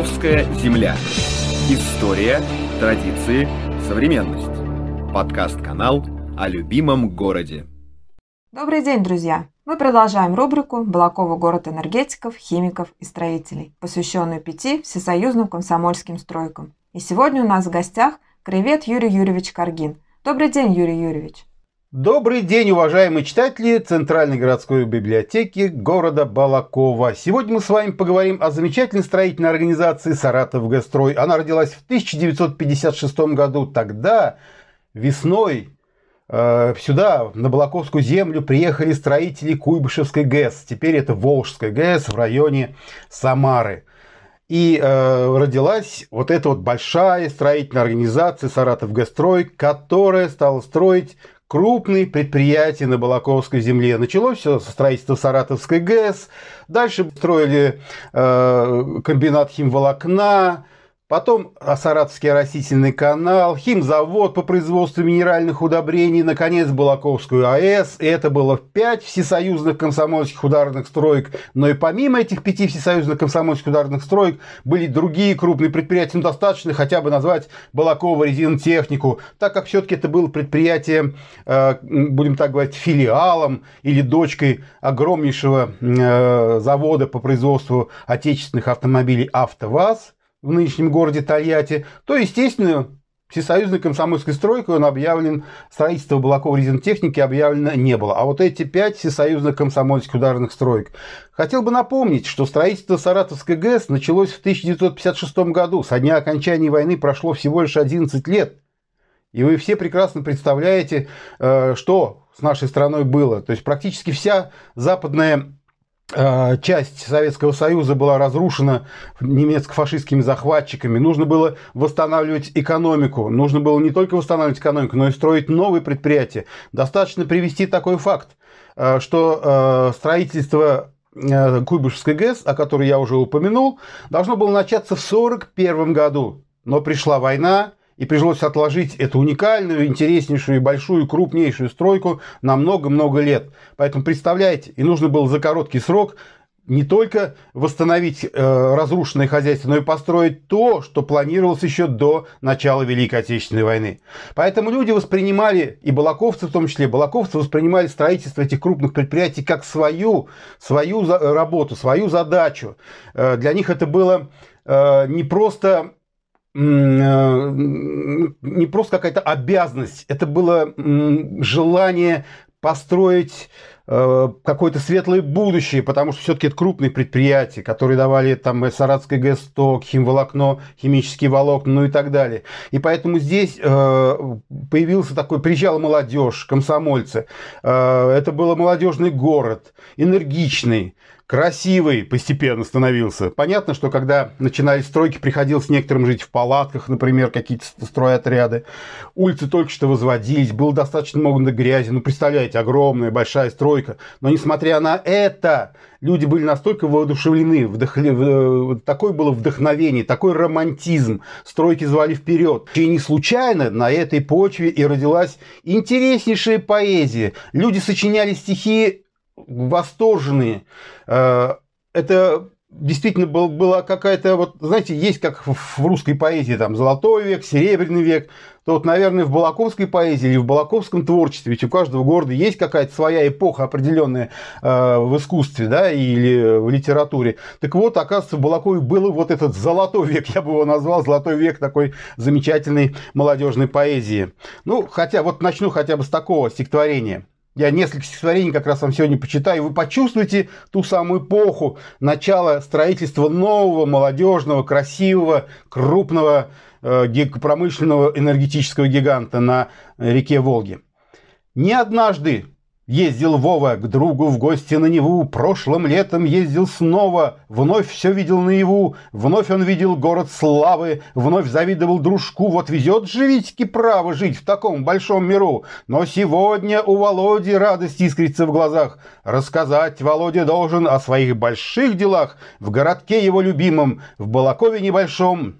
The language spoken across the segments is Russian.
Балаковская земля. История, традиции, современность. Подкаст-канал о любимом городе. Добрый день, друзья! Мы продолжаем рубрику «Балаково – город энергетиков, химиков и строителей», посвященную 5 всесоюзным комсомольским стройкам. И сегодня у нас в гостях краевед Юрий Юрьевич Каргин. Добрый день, Юрий Юрьевич! Добрый день, уважаемые читатели Центральной городской библиотеки города Балаково. Сегодня мы с вами поговорим о замечательной строительной организации «Саратовгазстрой». Она родилась в 1956 году. Тогда весной сюда, на Балаковскую землю, приехали строители Куйбышевской ГЭС. Теперь это Волжская ГЭС в районе Самары. И родилась вот эта вот большая строительная организация «Саратовгазстрой», которая стала строить крупные предприятия на Балаковской земле. Началось все со строительства Саратовской ГЭС, дальше строили комбинат химволокна, потом Саратовский растительный канал, химзавод по производству минеральных удобрений, наконец Балаковскую АЭС. И это было 5 всесоюзных комсомольских ударных строек. Но и помимо этих 5 всесоюзных комсомольских ударных строек были другие крупные предприятия. Ну, достаточно хотя бы назвать Балаково резинотехнику, так как все-таки это было предприятие, будем так говорить, филиалом или дочкой огромнейшего завода по производству отечественных автомобилей «АвтоВАЗ» в нынешнем городе Тольятти, то, естественно, всесоюзной комсомольской стройкой он объявлен, строительство Балаково резинотехники объявлено не было. А вот эти 5 всесоюзных комсомольских ударных строек. Хотел бы напомнить, что строительство Саратовской ГЭС началось в 1956 году. Со дня окончания войны прошло всего лишь 11 лет. И вы все прекрасно представляете, что с нашей страной было. То есть практически вся западная часть Советского Союза была разрушена немецко-фашистскими захватчиками. Нужно было восстанавливать экономику. Нужно было не только восстанавливать экономику, но и строить новые предприятия. Достаточно привести такой факт, что строительство Куйбышевской ГЭС, о которой я уже упомянул, должно было начаться в 1941 году. Но пришла война, и пришлось отложить эту уникальную, интереснейшую, большую, крупнейшую стройку на много-много лет. Поэтому, представляете, и нужно было за короткий срок не только восстановить разрушенное хозяйство, но и построить то, что планировалось еще до начала Великой Отечественной войны. Поэтому люди воспринимали, и балаковцы в том числе, балаковцы воспринимали строительство этих крупных предприятий как свою работу, свою задачу. Для них это было не просто какая-то обязанность, это было желание построить какое-то светлое будущее, потому что все-таки это крупные предприятия, которые давали там Саратовская ГЭС, ток, химволокно, химические волокна, ну и так далее. И поэтому здесь приезжала молодежь, комсомольцы. Это был молодежный город, энергичный, красивый постепенно становился. Понятно, что когда начинались стройки, приходилось некоторым жить в палатках, например, какие-то стройотряды. Улицы только что возводились, было достаточно много грязи. Ну, представляете, огромная, большая стройка. Но, несмотря на это, люди были настолько воодушевлены, такое было вдохновение, такой романтизм. Стройки звали вперед. И не случайно на этой почве и родилась интереснейшая поэзия. Люди сочиняли стихи восторженные. Это действительно была какая-то, вот, знаете, есть как в русской поэзии, там, золотой век, серебряный век, то вот, наверное, в балаковской поэзии или в балаковском творчестве, ведь у каждого города есть какая-то своя эпоха определенная в искусстве, да, или в литературе. Так вот, оказывается, в Балакове был вот этот золотой век, я бы его назвал, золотой век такой замечательной молодежной поэзии. Ну, хотя, вот начну хотя бы с такого стихотворения. Я несколько стихотворений как раз вам сегодня почитаю, и вы почувствуете ту самую эпоху начала строительства нового, молодежного, красивого, крупного промышленного энергетического гиганта на реке Волге. Не однажды ездил Вова к другу в гости на Неву, прошлым летом ездил снова, вновь все видел наяву, вновь он видел город славы, вновь завидовал дружку, вот везет же Витьке право жить в таком большом миру. Но сегодня у Володи радость искрится в глазах, рассказать Володя должен о своих больших делах, в городке его любимом, в Балакове небольшом, народ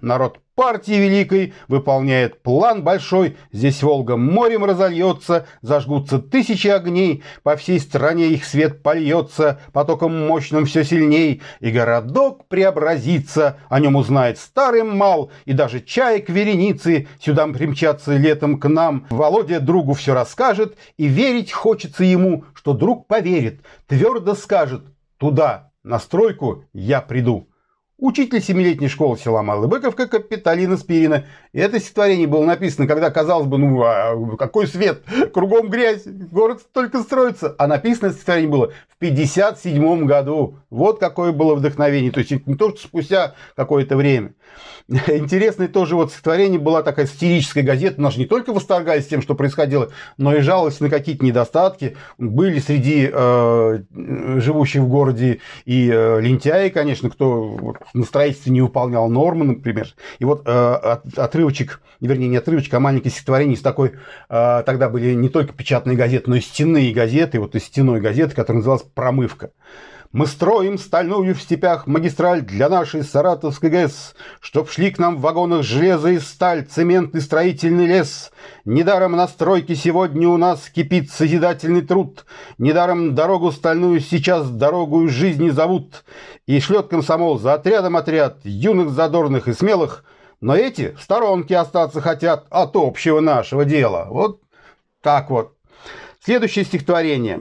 партии великой, выполняет план большой. Здесь Волга морем разольется, зажгутся тысячи огней, по всей стране их свет польется, потоком мощным все сильней, и городок преобразится, о нем узнает старый мал, и даже чаек вереницы сюда примчатся летом к нам. Володя другу все расскажет, и верить хочется ему, что друг поверит, твердо скажет: туда, на стройку, я приду. Учитель 7-летней школы села Малая Быковка Капиталина Спирина. И это стихотворение было написано, когда, казалось бы, какой свет, кругом грязь, город только строится. А написано это стихотворение было в 1957 году. Вот какое было вдохновение. То есть не то, что спустя какое-то время. Интересное тоже вот стихотворение, была такая сатирическая газета. У нас же не только восторгались тем, что происходило, но и жаловались на какие-то недостатки. Были среди живущих в городе и лентяи, конечно, кто на строительстве не выполнял нормы, например. И вот отрывочек, вернее, не отрывочек, а маленькое стихотворение из такой, тогда были не только печатные газеты, но и стенные газеты, вот из стенной газеты, которая называлась «Промывка». Мы строим стальную в степях магистраль для нашей Саратовской ГЭС, чтоб шли к нам в вагонах железо и сталь, цемент и строительный лес. Недаром на стройке сегодня у нас кипит созидательный труд, недаром дорогу стальную сейчас дорогою жизни зовут. И шлет комсомол за отрядом отряд юных, задорных и смелых, но эти в сторонке остаться хотят от общего нашего дела. Вот так вот. Следующее стихотворение.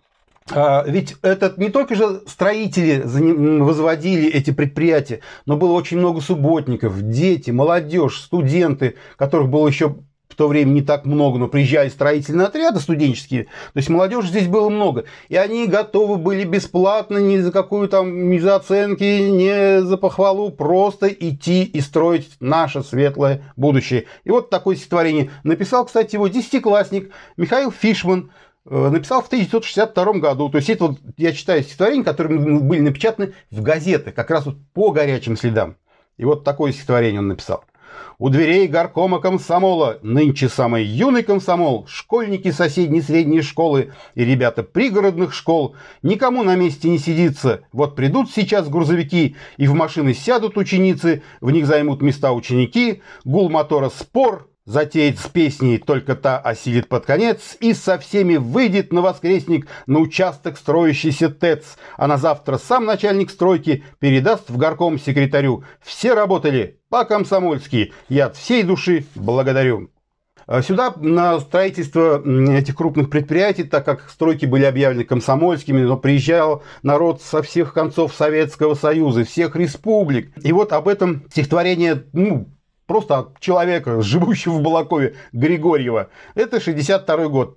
Ведь это не только же строители возводили эти предприятия, но было очень много субботников, дети, молодежь, студенты, которых было еще в то время не так много, но приезжали строительные отряды студенческие, то есть молодежи здесь было много, и они готовы были бесплатно, ни за какую там, ни за оценки, ни за похвалу, просто идти и строить наше светлое будущее. И вот такое стихотворение написал, кстати, его 10-классник Михаил Фишман, написал в 1962 году. То есть это вот я читаю стихотворения, которые были напечатаны в газетах, как раз вот по горячим следам. И вот такое стихотворение он написал. У дверей горкома комсомола, нынче самый юный комсомол, школьники соседней средней школы и ребята пригородных школ. Никому на месте не сидится. Вот придут сейчас грузовики, и в машины сядут ученицы, в них займут места ученики, гул мотора спор, затеет с песней, только та осилит под конец, и со всеми выйдет на воскресник на участок строящийся ТЭЦ. А на завтра сам начальник стройки передаст в горком секретарю: все работали по-комсомольски, я от всей души благодарю. Сюда на строительство этих крупных предприятий, так как стройки были объявлены комсомольскими, но приезжал народ со всех концов Советского Союза, всех республик. И вот об этом стихотворение, просто от человека, живущего в Балакове, Григорьева. Это 62 год,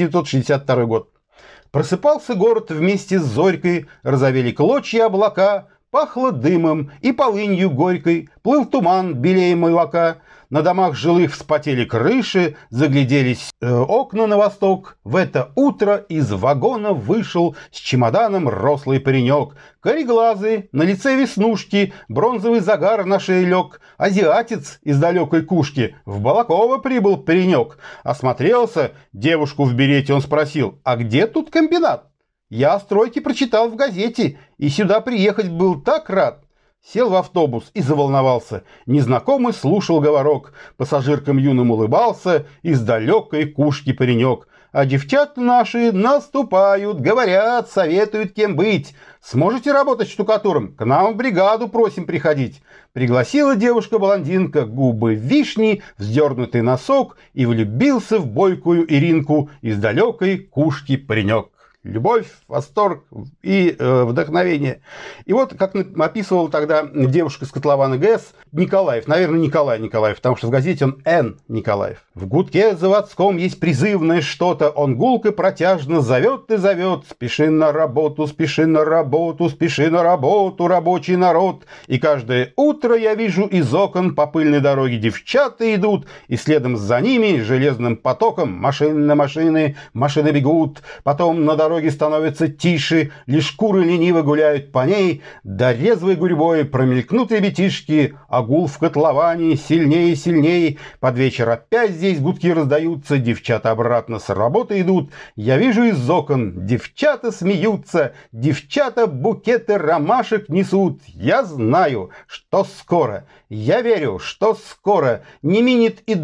1962 год. Просыпался город вместе с зорькой, розовели клочья облака, пахло дымом и полынью горькой, плыл туман белее молока. На домах жилых вспотели крыши, загляделись окна на восток. В это утро из вагона вышел с чемоданом рослый паренек. Кореглазый, на лице веснушки, бронзовый загар на шее лег. Азиатец из далекой кушки, в Балаково прибыл паренек. Осмотрелся, девушку в берете он спросил: а где тут комбинат? Я о стройке прочитал в газете, и сюда приехать был так рад. Сел в автобус и заволновался. Незнакомый слушал говорок. Пассажиркам юным улыбался из далекой кушки паренек. А девчата наши наступают, говорят, советуют, кем быть. Сможете работать штукатуром? К нам в бригаду просим приходить. Пригласила девушка-блондинка, губы вишни, вздернутый носок, и влюбился в бойкую Иринку из далекой кушки паренек. Любовь, восторг и вдохновение. И вот, как описывал тогда девушка с котлована ГЭС, Николаев, наверное, Николаев, потому что в газете он Н. Николаев. В гудке заводском есть призывное что-то, он гулко протяжно зовет и зовет. Спеши на работу, спеши на работу, спеши на работу, рабочий народ. И каждое утро я вижу из окон по пыльной дороге девчата идут, и следом за ними железным потоком машины на машины, машины бегут, потом на дороге дороги становятся тише, лишь куры лениво гуляют по ней, да резвой гурьбой промелькнут ребятишки, а гул в котловане сильнее и сильнее. Под вечер опять здесь гудки раздаются, девчата обратно с работы идут. Я вижу из окон, девчата смеются, девчата букеты ромашек несут. Я знаю, что скоро, я верю, что скоро не минет и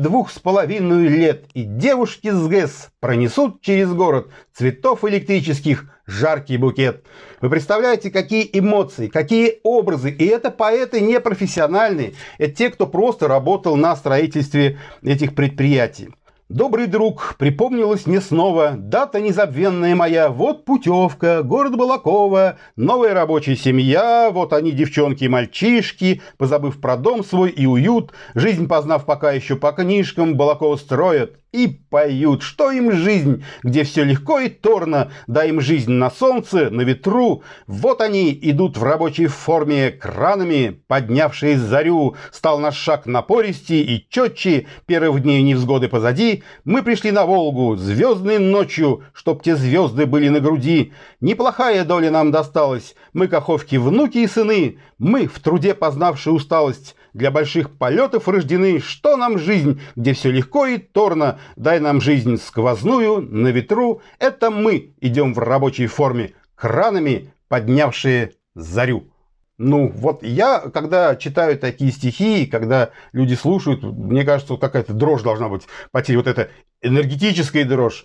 2,5 лет, и девушки с ГЭС пронесут через город цветов электрических жаркий букет. Вы представляете, какие эмоции, какие образы. И это поэты непрофессиональные. Это те, кто просто работал на строительстве этих предприятий. Добрый друг, припомнилась мне снова дата незабвенная моя. Вот путевка, город Балаково, новая рабочая семья. Вот они, девчонки и мальчишки, позабыв про дом свой и уют, жизнь познав пока еще по книжкам, Балаково строят и поют. Что им жизнь, где все легко и торно, дай им жизнь на солнце, на ветру. Вот они идут в рабочей форме, кранами, поднявшие зарю. Стал наш шаг напористей и четче, первых дней невзгоды позади. Мы пришли на Волгу, звездной ночью, чтоб те звезды были на груди. Неплохая доля нам досталась, мы каховки внуки и сыны, мы, в труде познавшие усталость, для больших полетов рождены. Что нам жизнь, где все легко и торно, дай нам жизнь сквозную, на ветру. Это мы идем в рабочей форме, кранами поднявшие зарю. Ну, вот я, когда читаю такие стихи, когда люди слушают, мне кажется, вот какая-то дрожь должна быть по телу, вот эта энергетическая дрожь,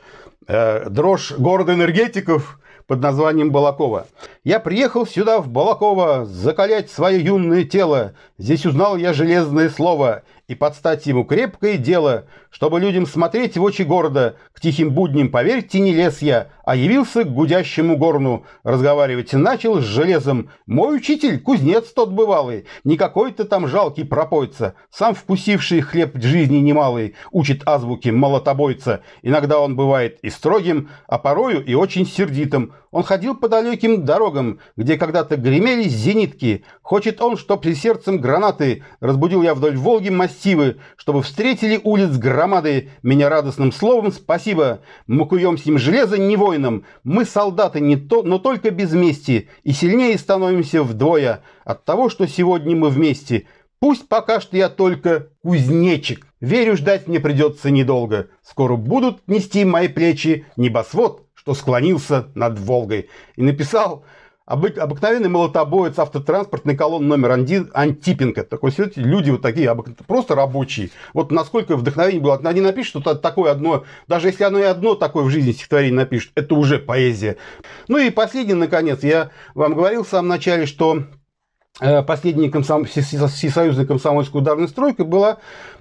дрожь города энергетиков под названием Балаково. Я приехал сюда, в Балаково, закалять свое юное тело. Здесь узнал я железное слово, и под стать ему крепкое дело, чтобы людям смотреть в очи города. К тихим будням, поверьте, не лез я, а явился к гудящему горну. Разговаривать начал с железом. Мой учитель, кузнец тот бывалый, не какой-то там жалкий пропойца, сам вкусивший хлеб жизни немалый, учит азбуке молотобойца. Иногда он бывает и строгим, а порою и очень сердитым. Он ходил по далеким дорогам, где когда-то гремели зенитки. Хочет он, чтоб при сердцем гранаты разбудил я вдоль Волги массивы, чтобы встретили улиц громады меня радостным словом спасибо. Мы куем с ним железо не воином, мы солдаты не то, но только без мести, и сильнее становимся вдвое от того, что сегодня мы вместе. Пусть пока что я только кузнечик, верю, ждать мне придется недолго. Скоро будут нести мои плечи небосвод, что склонился над Волгой. И написал обыкновенный молотобоец автотранспортной колонны номер 1 Антипенко. Такой, люди вот такие, просто рабочие. Вот насколько вдохновение было. Они напишут что-то такое одно, даже если оно и одно такое в жизни стихотворение напишут, это уже поэзия. Ну и последнее, наконец, я вам говорил в самом начале, что последней всесоюзной комсомольской ударной стройкой была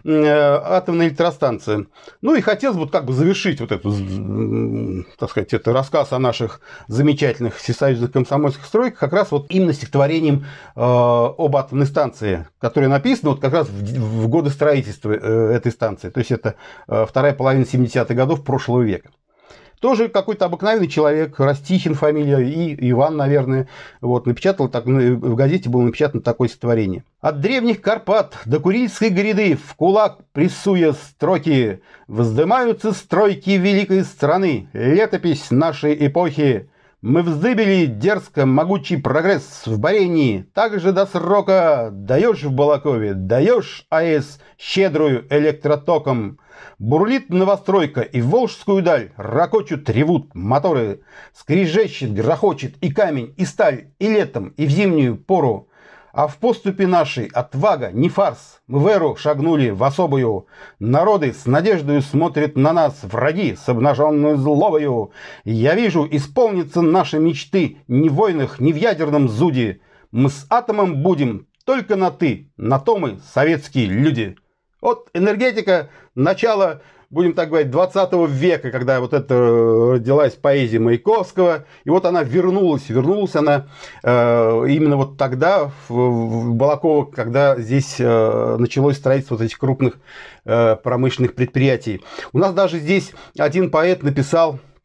атомная электростанция. Ну и хотелось бы как бы завершить вот эту, так сказать, это рассказ о наших замечательных всесоюзных комсомольских стройках как раз вот именно стихотворением об атомной станции, которое написано вот как раз в годы строительства этой станции. То есть это вторая половина 70-х годов прошлого века. Тоже какой-то обыкновенный человек, Растихин фамилия, и Иван, наверное, вот, напечатал, так, в газете было напечатано такое стихотворение. От древних Карпат до Курильской гряды, в кулак прессуя строки, вздымаются стройки великой страны, летопись нашей эпохи. Мы вздыбили дерзко могучий прогресс в Барении, также до срока даешь в Балакове, даешь АЭС щедрую электротоком. Бурлит новостройка, и в Волжскую даль ракочут, ревут моторы. Скрежещет, грохочет и камень, и сталь, и летом, и в зимнюю пору. А в поступе нашей отвага не фарс. Мы в эру шагнули в особую. Народы с надеждою смотрят на нас, враги с обнаженной злобою. Я вижу, исполнятся наши мечты ни в войнах, ни в ядерном зуде. Мы с атомом будем только на «ты», на то мы советские люди. Вот энергетика начала, будем так говорить, 20 века, когда вот это родилась поэзия Маяковского, и вот она вернулась она именно вот тогда в Балаково, когда здесь началось строительство вот этих крупных промышленных предприятий. У нас даже здесь один поэт написал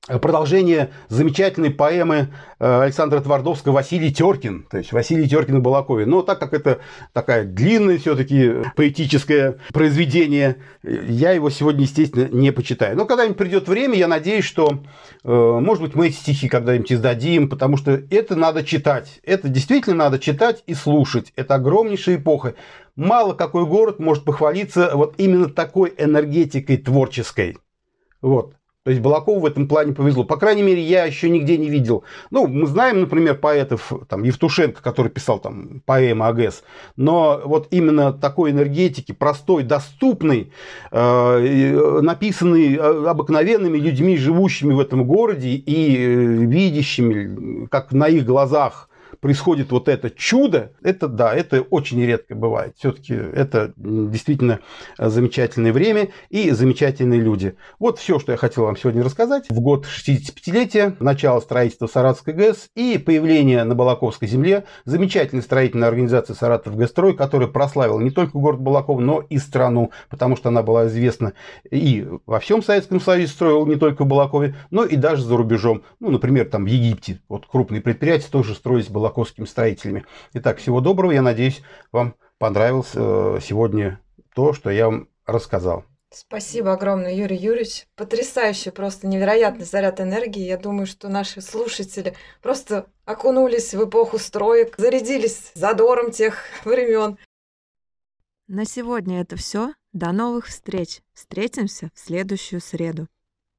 продолжение замечательной поэмы Александра Твардовского «Василий Теркин», то есть Василий Теркин и Балакове. Но так как это такое длинное все-таки поэтическое произведение, я его сегодня, естественно, не почитаю. Но когда-нибудь придет время, я надеюсь, что, может быть, мы эти стихи когда-нибудь издадим, потому что это надо читать. Это действительно надо читать и слушать. Это огромнейшая эпоха. Мало какой город может похвалиться вот именно такой энергетикой творческой. Вот. То есть Балакову в этом плане повезло. По крайней мере, я еще нигде не видел. Ну, мы знаем, например, поэтов, там, Евтушенко, который писал там поэмы о ГЭС. Но вот именно такой энергетики, простой, доступной, написанной обыкновенными людьми, живущими в этом городе и видящими, как на их глазах происходит вот это чудо, это да, это очень редко бывает. Все-таки это действительно замечательное время и замечательные люди. Вот все, что я хотел вам сегодня рассказать. В год 65-летия, начало строительства Саратовской ГЭС и появление на Балаковской земле замечательной строительной организации «Саратовгазстрой», которая прославила не только город Балаков, но и страну, потому что она была известна и во всем Советском Союзе, строила не только в Балакове, но и даже за рубежом. Ну, например, там в Египте. Вот крупные предприятия тоже строились балаковскими строителями. Итак, всего доброго. Я надеюсь, вам понравилось сегодня то, что я вам рассказал. Спасибо огромное, Юрий Юрьевич. Потрясающий, просто невероятный заряд энергии. Я думаю, что наши слушатели просто окунулись в эпоху строек, зарядились задором тех времен. На сегодня это все. До новых встреч. Встретимся в следующую среду.